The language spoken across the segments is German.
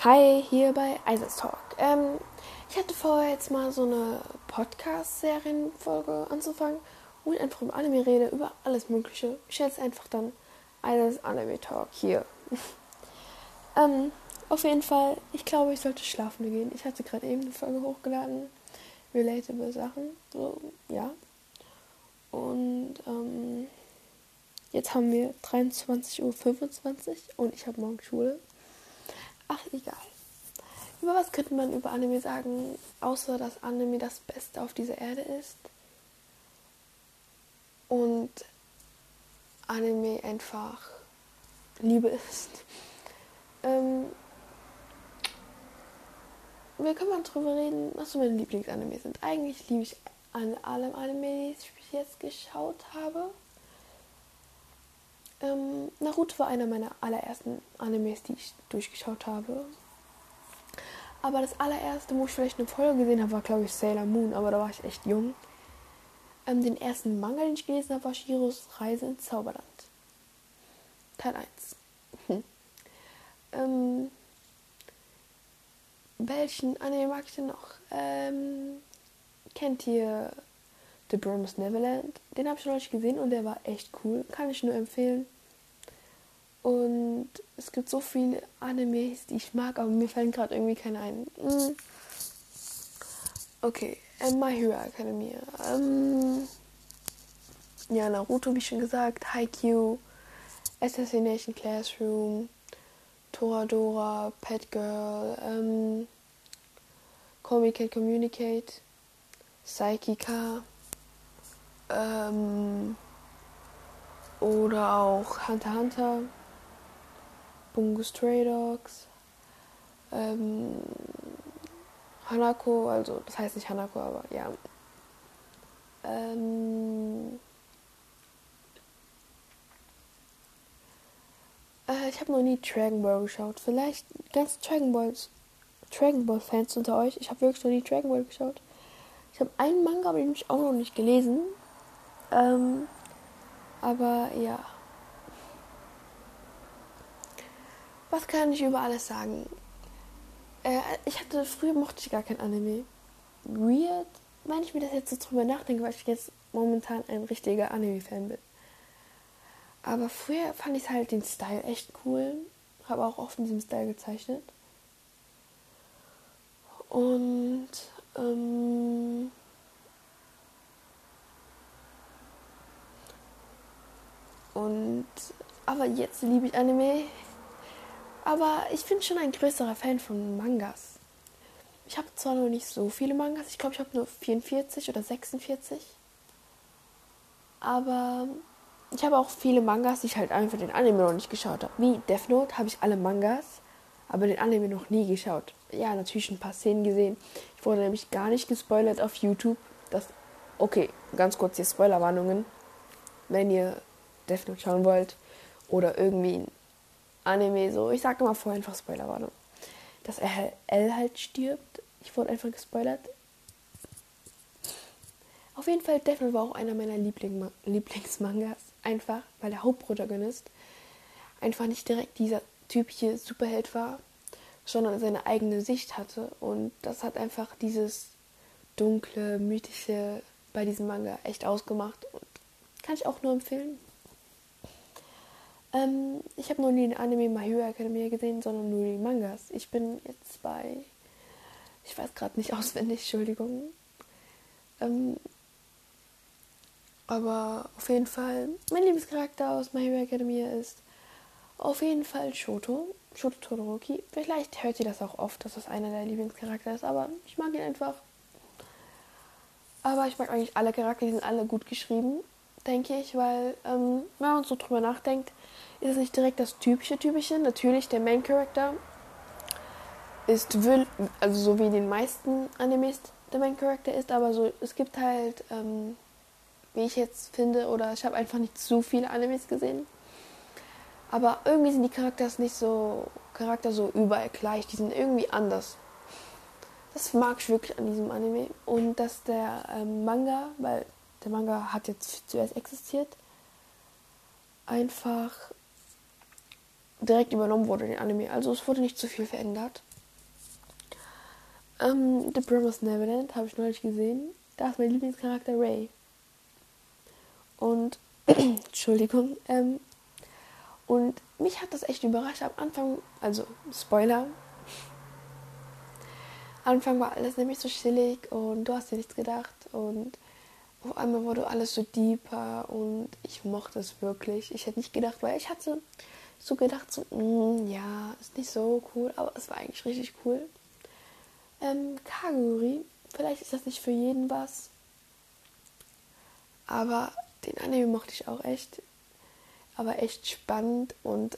Hi, hier bei Isaac Talk. Ich hatte vor, jetzt mal so eine Podcast-Serienfolge anzufangen, wo ich einfach über Anime rede, über alles Mögliche. Ich schätze einfach dann Isaac Anime Talk hier. ähm, auf jeden Fall, ich glaube, ich sollte schlafen gehen. Ich hatte gerade eben eine Folge hochgeladen, relatable Sachen, so, ja. Und jetzt haben wir 23:25 Uhr und ich habe morgen Schule. Ach, egal. Über was könnte man über Anime sagen, außer dass Anime das Beste auf dieser Erde ist und Anime einfach Liebe ist. Wir können mal drüber reden, was so meine Lieblingsanime sind. Eigentlich liebe ich an allem Anime, die ich bis jetzt geschaut habe. Naruto war einer meiner allerersten Animes, die ich durchgeschaut habe. Aber das allererste, wo ich vielleicht eine Folge gesehen habe, war, glaube ich, Sailor Moon, aber da war ich echt jung. Den ersten Manga, den ich gelesen habe, war Chihiros Reise ins Zauberland. Teil 1. Welchen Anime mag ich denn noch? Kennt ihr The Promised Neverland? Den habe ich noch nicht gesehen und der war echt cool. Kann ich nur empfehlen. Und es gibt so viele Animes, die ich mag, aber mir fallen gerade irgendwie keine ein. Okay, My Hero Academia. Ja, Naruto, wie schon gesagt, Haikyuu, Assassination Classroom, Toradora, Pet Girl, Call Me Can't Communicate, Psychica, oder auch Hunter x Hunter, Bungo Stray Dogs, Hanako, also das heißt nicht Hanako, aber ja. Ich habe noch nie Dragon Ball geschaut. Vielleicht ganz Dragon Ball Fans unter euch. Ich habe wirklich noch nie Dragon Ball geschaut. Ich habe einen Manga, aber den habe ich auch noch nicht gelesen. Aber ja. Was kann ich über alles sagen? Früher mochte ich gar kein Anime. Weird, wenn ich mir das jetzt so drüber nachdenke, weil ich jetzt momentan ein richtiger Anime-Fan bin. Aber früher fand ich halt den Style echt cool. Habe auch oft in diesem Style gezeichnet. Und aber jetzt liebe ich Anime. Aber ich bin schon ein größerer Fan von Mangas. Ich habe zwar noch nicht so viele Mangas, ich glaube, ich habe nur 44 oder 46. Aber ich habe auch viele Mangas, die ich halt einfach den Anime noch nicht geschaut habe. Wie Death Note habe ich alle Mangas, aber den Anime noch nie geschaut. Ja, natürlich ein paar Szenen gesehen. Ich wurde nämlich gar nicht gespoilert auf YouTube. Okay, ganz kurz hier Spoilerwarnungen. Wenn ihr Death Note schauen wollt oder irgendwie ein Anime so, ich sage immer vorher einfach Spoilerwarnung. Dass L halt stirbt. Ich wurde einfach gespoilert. Auf jeden Fall, Death Note war auch einer meiner Lieblingsmangas. Einfach, weil der Hauptprotagonist einfach nicht direkt dieser typische Superheld war, sondern seine eigene Sicht hatte. Und das hat einfach dieses dunkle, mythische bei diesem Manga echt ausgemacht. Und kann ich auch nur empfehlen. Ich habe noch nie den Anime My Hero Academia gesehen, sondern nur die Mangas. Ich bin jetzt bei... Ich weiß gerade nicht auswendig, Entschuldigung. Aber auf jeden Fall, mein Lieblingscharakter aus My Hero Academia ist auf jeden Fall Shoto Todoroki. Vielleicht hört ihr das auch oft, dass das einer der Lieblingscharakter ist, aber ich mag ihn einfach. Aber ich mag eigentlich alle Charakter, die sind alle gut geschrieben, denke ich, weil, wenn man so drüber nachdenkt, ist es nicht direkt das typische. Natürlich, der Main Character ist, also so wie in den meisten Animes der Main Character ist, aber so, es gibt halt, wie ich jetzt finde, oder ich habe einfach nicht so viele Animes gesehen. Aber irgendwie sind die Charakter so überall gleich, die sind irgendwie anders. Das mag ich wirklich an diesem Anime. Und dass der Manga, weil der Manga hat jetzt zuerst existiert, einfach direkt übernommen wurde, den Anime. Also es wurde nicht zu viel verändert. The Promised Neverland habe ich neulich gesehen. Da ist mein Lieblingscharakter Ray. Und, Entschuldigung, und mich hat das echt überrascht am Anfang, also Spoiler, am Anfang war alles nämlich so chillig und du hast dir nichts gedacht und auf einmal wurde alles so deeper und ich mochte es wirklich. Ich hätte nicht gedacht, weil ich hatte so gedacht, so, ja, ist nicht so cool, aber es war eigentlich richtig cool. Kaguri, vielleicht ist das nicht für jeden was, aber den Anime mochte ich auch echt, aber echt spannend und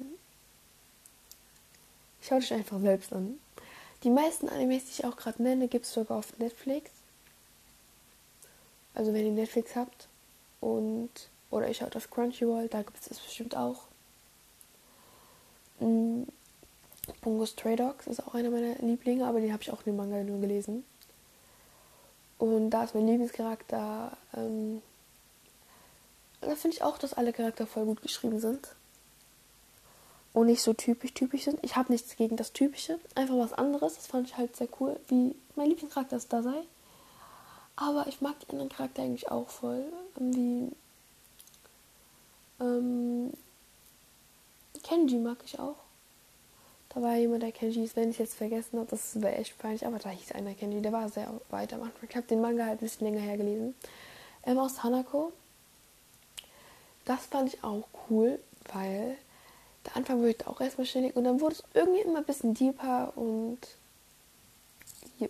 schaut euch einfach selbst an. Die meisten Animes, die ich auch gerade nenne, gibt es sogar auf Netflix. Also wenn ihr Netflix habt und oder ihr schaut auf Crunchyroll, da gibt es das bestimmt auch. Bungo Stray Dogs ist auch einer meiner Lieblinge, aber den habe ich auch in dem Manga nur gelesen. Und da ist mein Lieblingscharakter, da finde ich auch, dass alle Charakter voll gut geschrieben sind. Und nicht so typisch sind. Ich habe nichts gegen das Typische, einfach was anderes. Das fand ich halt sehr cool, wie mein Lieblingscharakter ist Dazai. Aber ich mag die anderen Charakter eigentlich auch voll. Wie Kenji mag ich auch. Da war jemand, der Kenji hieß, wenn ich jetzt vergessen habe, das wäre echt peinlich, aber da hieß einer Kenji, der war sehr weit am Anfang. Ich habe den Manga halt ein bisschen länger her gelesen. Aus Hanako. Das fand ich auch cool, weil der Anfang wird auch erstmal chillig und dann wurde es irgendwie immer ein bisschen deeper und yep.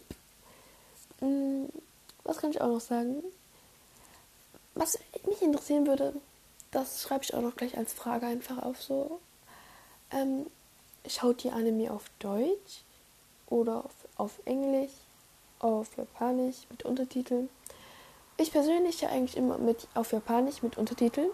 Was kann ich auch noch sagen? Was mich interessieren würde, das schreibe ich auch noch gleich als Frage einfach auf so. Schaut ihr Anime auf Deutsch oder auf Englisch, auf Japanisch mit Untertiteln? Ich persönlich ja eigentlich immer auf Japanisch mit Untertiteln,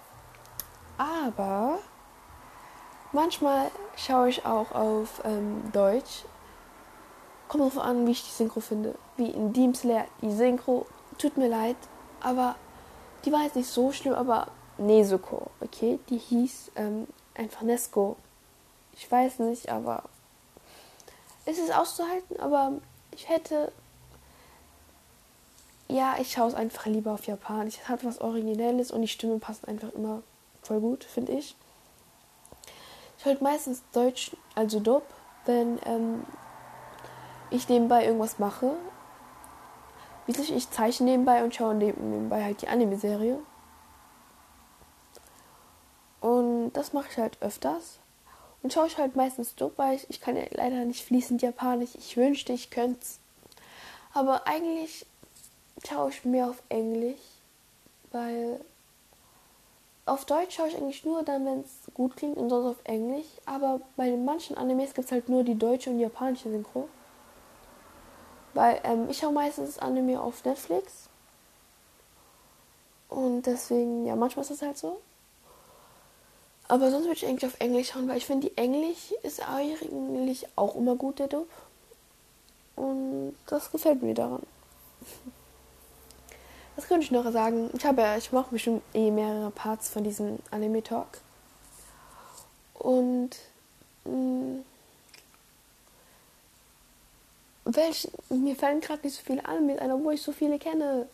aber manchmal schaue ich auch auf Deutsch. Kommt drauf an, wie ich die Synchro finde. Wie in Demon Slayer, die Synchro, tut mir leid, aber die war jetzt nicht so schlimm, aber Nezuko, okay? Die hieß einfach Nezuko. Ich weiß nicht, aber es ist auszuhalten, aber ich schaue es einfach lieber auf Japanisch. Es hat was Originelles und die Stimme passt einfach immer voll gut, finde ich. Ich höre meistens Deutsch, also Dub, wenn ich nebenbei irgendwas mache. Ich zeichne nebenbei und schaue nebenbei halt die Anime-Serie. Und das mache ich halt öfters. Und schaue ich halt meistens Dub, weil ich kann ja leider nicht fließend Japanisch. Ich wünschte, ich könnte es. Aber eigentlich schaue ich mehr auf Englisch, weil auf Deutsch schaue ich eigentlich nur dann, wenn es gut klingt und sonst auf Englisch. Aber bei den manchen Animes gibt es halt nur die deutsche und japanische Synchro. Weil ich schaue meistens Anime auf Netflix. Und deswegen, ja, manchmal ist das halt so. Aber sonst würde ich eigentlich auf Englisch schauen, weil ich finde, die Englisch ist eigentlich auch immer gut, der Dub. Und das gefällt mir daran. Was könnte ich noch sagen? Ich mache bestimmt mehrere Parts von diesem Anime-Talk. Und mir fallen gerade nicht so viele Animes ein, obwohl ich so viele kenne.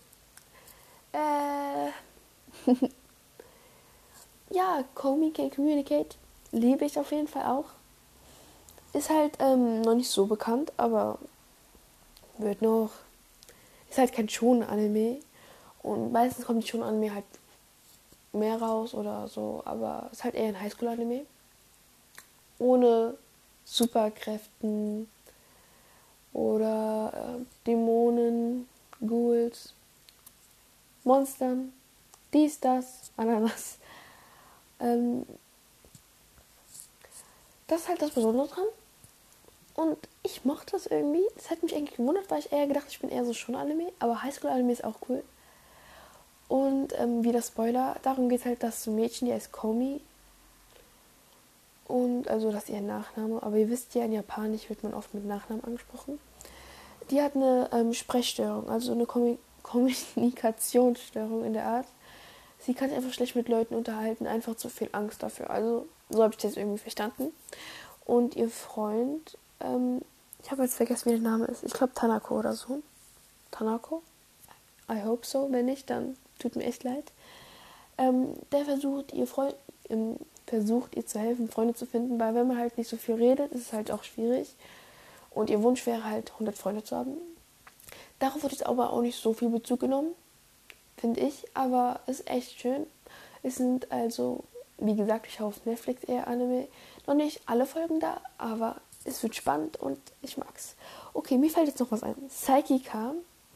Ja, Komi Can Communicate liebe ich auf jeden Fall auch. Ist halt noch nicht so bekannt, aber wird noch. Ist halt kein Shonen-Anime. Und meistens kommt die Shonen-Anime halt mehr raus oder so, aber ist halt eher ein Highschool-Anime. Ohne Superkräften oder Dämonen, Ghouls, Monstern, dies, das, Ananas. Das ist halt das Besondere dran. Und ich mochte das irgendwie. Das hat mich eigentlich gewundert, weil ich eher gedacht, ich bin eher so schon Anime. Aber Highschool-Anime ist auch cool. Und wieder Spoiler, darum geht es halt, dass so ein Mädchen, die heißt Komi. Und also das ist ihr Nachname. Aber ihr wisst ja, in Japanisch wird man oft mit Nachnamen angesprochen. Die hat eine Sprechstörung, also eine Kommunikationsstörung in der Art. sie kann sich einfach schlecht mit Leuten unterhalten, einfach zu viel Angst dafür. Also so habe ich das irgendwie verstanden. Und ihr Freund, ich habe jetzt vergessen, wie der Name ist. Ich glaube Tanako oder so. Tanako? I hope so. Wenn nicht, dann tut mir echt leid. Der versucht ihr zu helfen, Freunde zu finden, weil wenn man halt nicht so viel redet, ist es halt auch schwierig. Und ihr Wunsch wäre halt, 100 Freunde zu haben. Darauf wird jetzt aber auch nicht so viel Bezug genommen, finde ich, aber es ist echt schön. Es sind also, wie gesagt, ich schaue auf Netflix eher Anime. Noch nicht alle Folgen da, aber es wird spannend und ich mag's. Okay, mir fällt jetzt noch was ein. Saikika,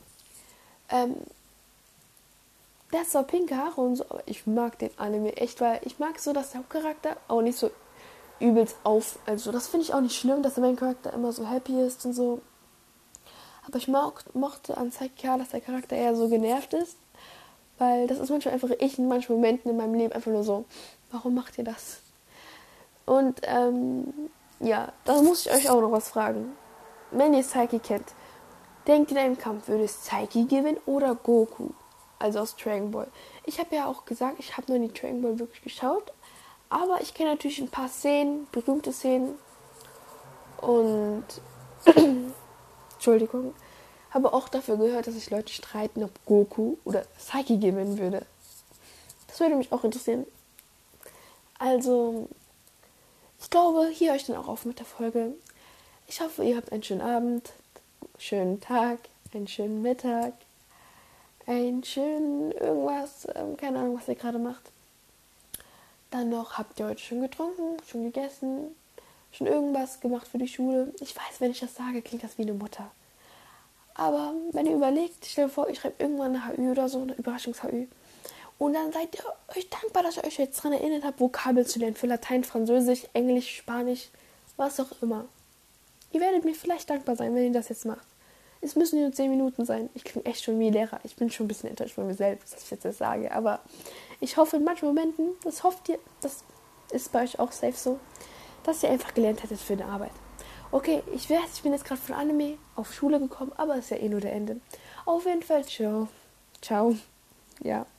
der hat zwar pinke Haare und so, aber ich mag den Anime echt, weil ich mag so, dass der Hauptcharakter auch nicht so übelst also das finde ich auch nicht schlimm, dass der Main-Charakter immer so happy ist und so. Aber ich mochte an Saikika, dass der Charakter eher so genervt ist, weil das ist manchmal einfach ich in manchen Momenten in meinem Leben einfach nur so, warum macht ihr das? Und ja, da muss ich euch auch noch was fragen. Wenn ihr Saiki kennt, denkt ihr in einem Kampf, würde es Saiki gewinnen oder Goku? Also aus Dragon Ball. Ich habe ja auch gesagt, ich habe noch nie Dragon Ball wirklich geschaut, aber ich kenne natürlich ein paar Szenen, berühmte Szenen und Entschuldigung, habe auch dafür gehört, dass sich Leute streiten, ob Goku oder Saiki gewinnen würde. Das würde mich auch interessieren. Also, ich glaube, hier höre ich dann auch auf mit der Folge. Ich hoffe, ihr habt einen schönen Abend, schönen Tag, einen schönen Mittag, einen schönen irgendwas, keine Ahnung, was ihr gerade macht. Dann noch, habt ihr heute schon getrunken, schon gegessen, schon irgendwas gemacht für die Schule? Ich weiß, wenn ich das sage, klingt das wie eine Mutter. Aber wenn ihr überlegt, stellt euch vor, ich schreibe irgendwann eine HÜ oder so, eine Überraschungs-HÜ. Und dann seid ihr euch dankbar, dass ihr euch jetzt daran erinnert habt, Vokabeln zu lernen für Latein, Französisch, Englisch, Spanisch, was auch immer. Ihr werdet mir vielleicht dankbar sein, wenn ihr das jetzt macht. Es müssen nur 10 Minuten sein. Ich klinge echt schon wie Lehrer. Ich bin schon ein bisschen enttäuscht von mir selbst, dass ich jetzt das sage. Aber ich hoffe in manchen Momenten, das hofft ihr, das ist bei euch auch safe so, dass ihr einfach gelernt hättet für eine Arbeit. Okay, ich bin jetzt gerade von Anime auf Schule gekommen, aber ist ja eh nur der Ende. Auf jeden Fall, ciao. Ciao. Ja.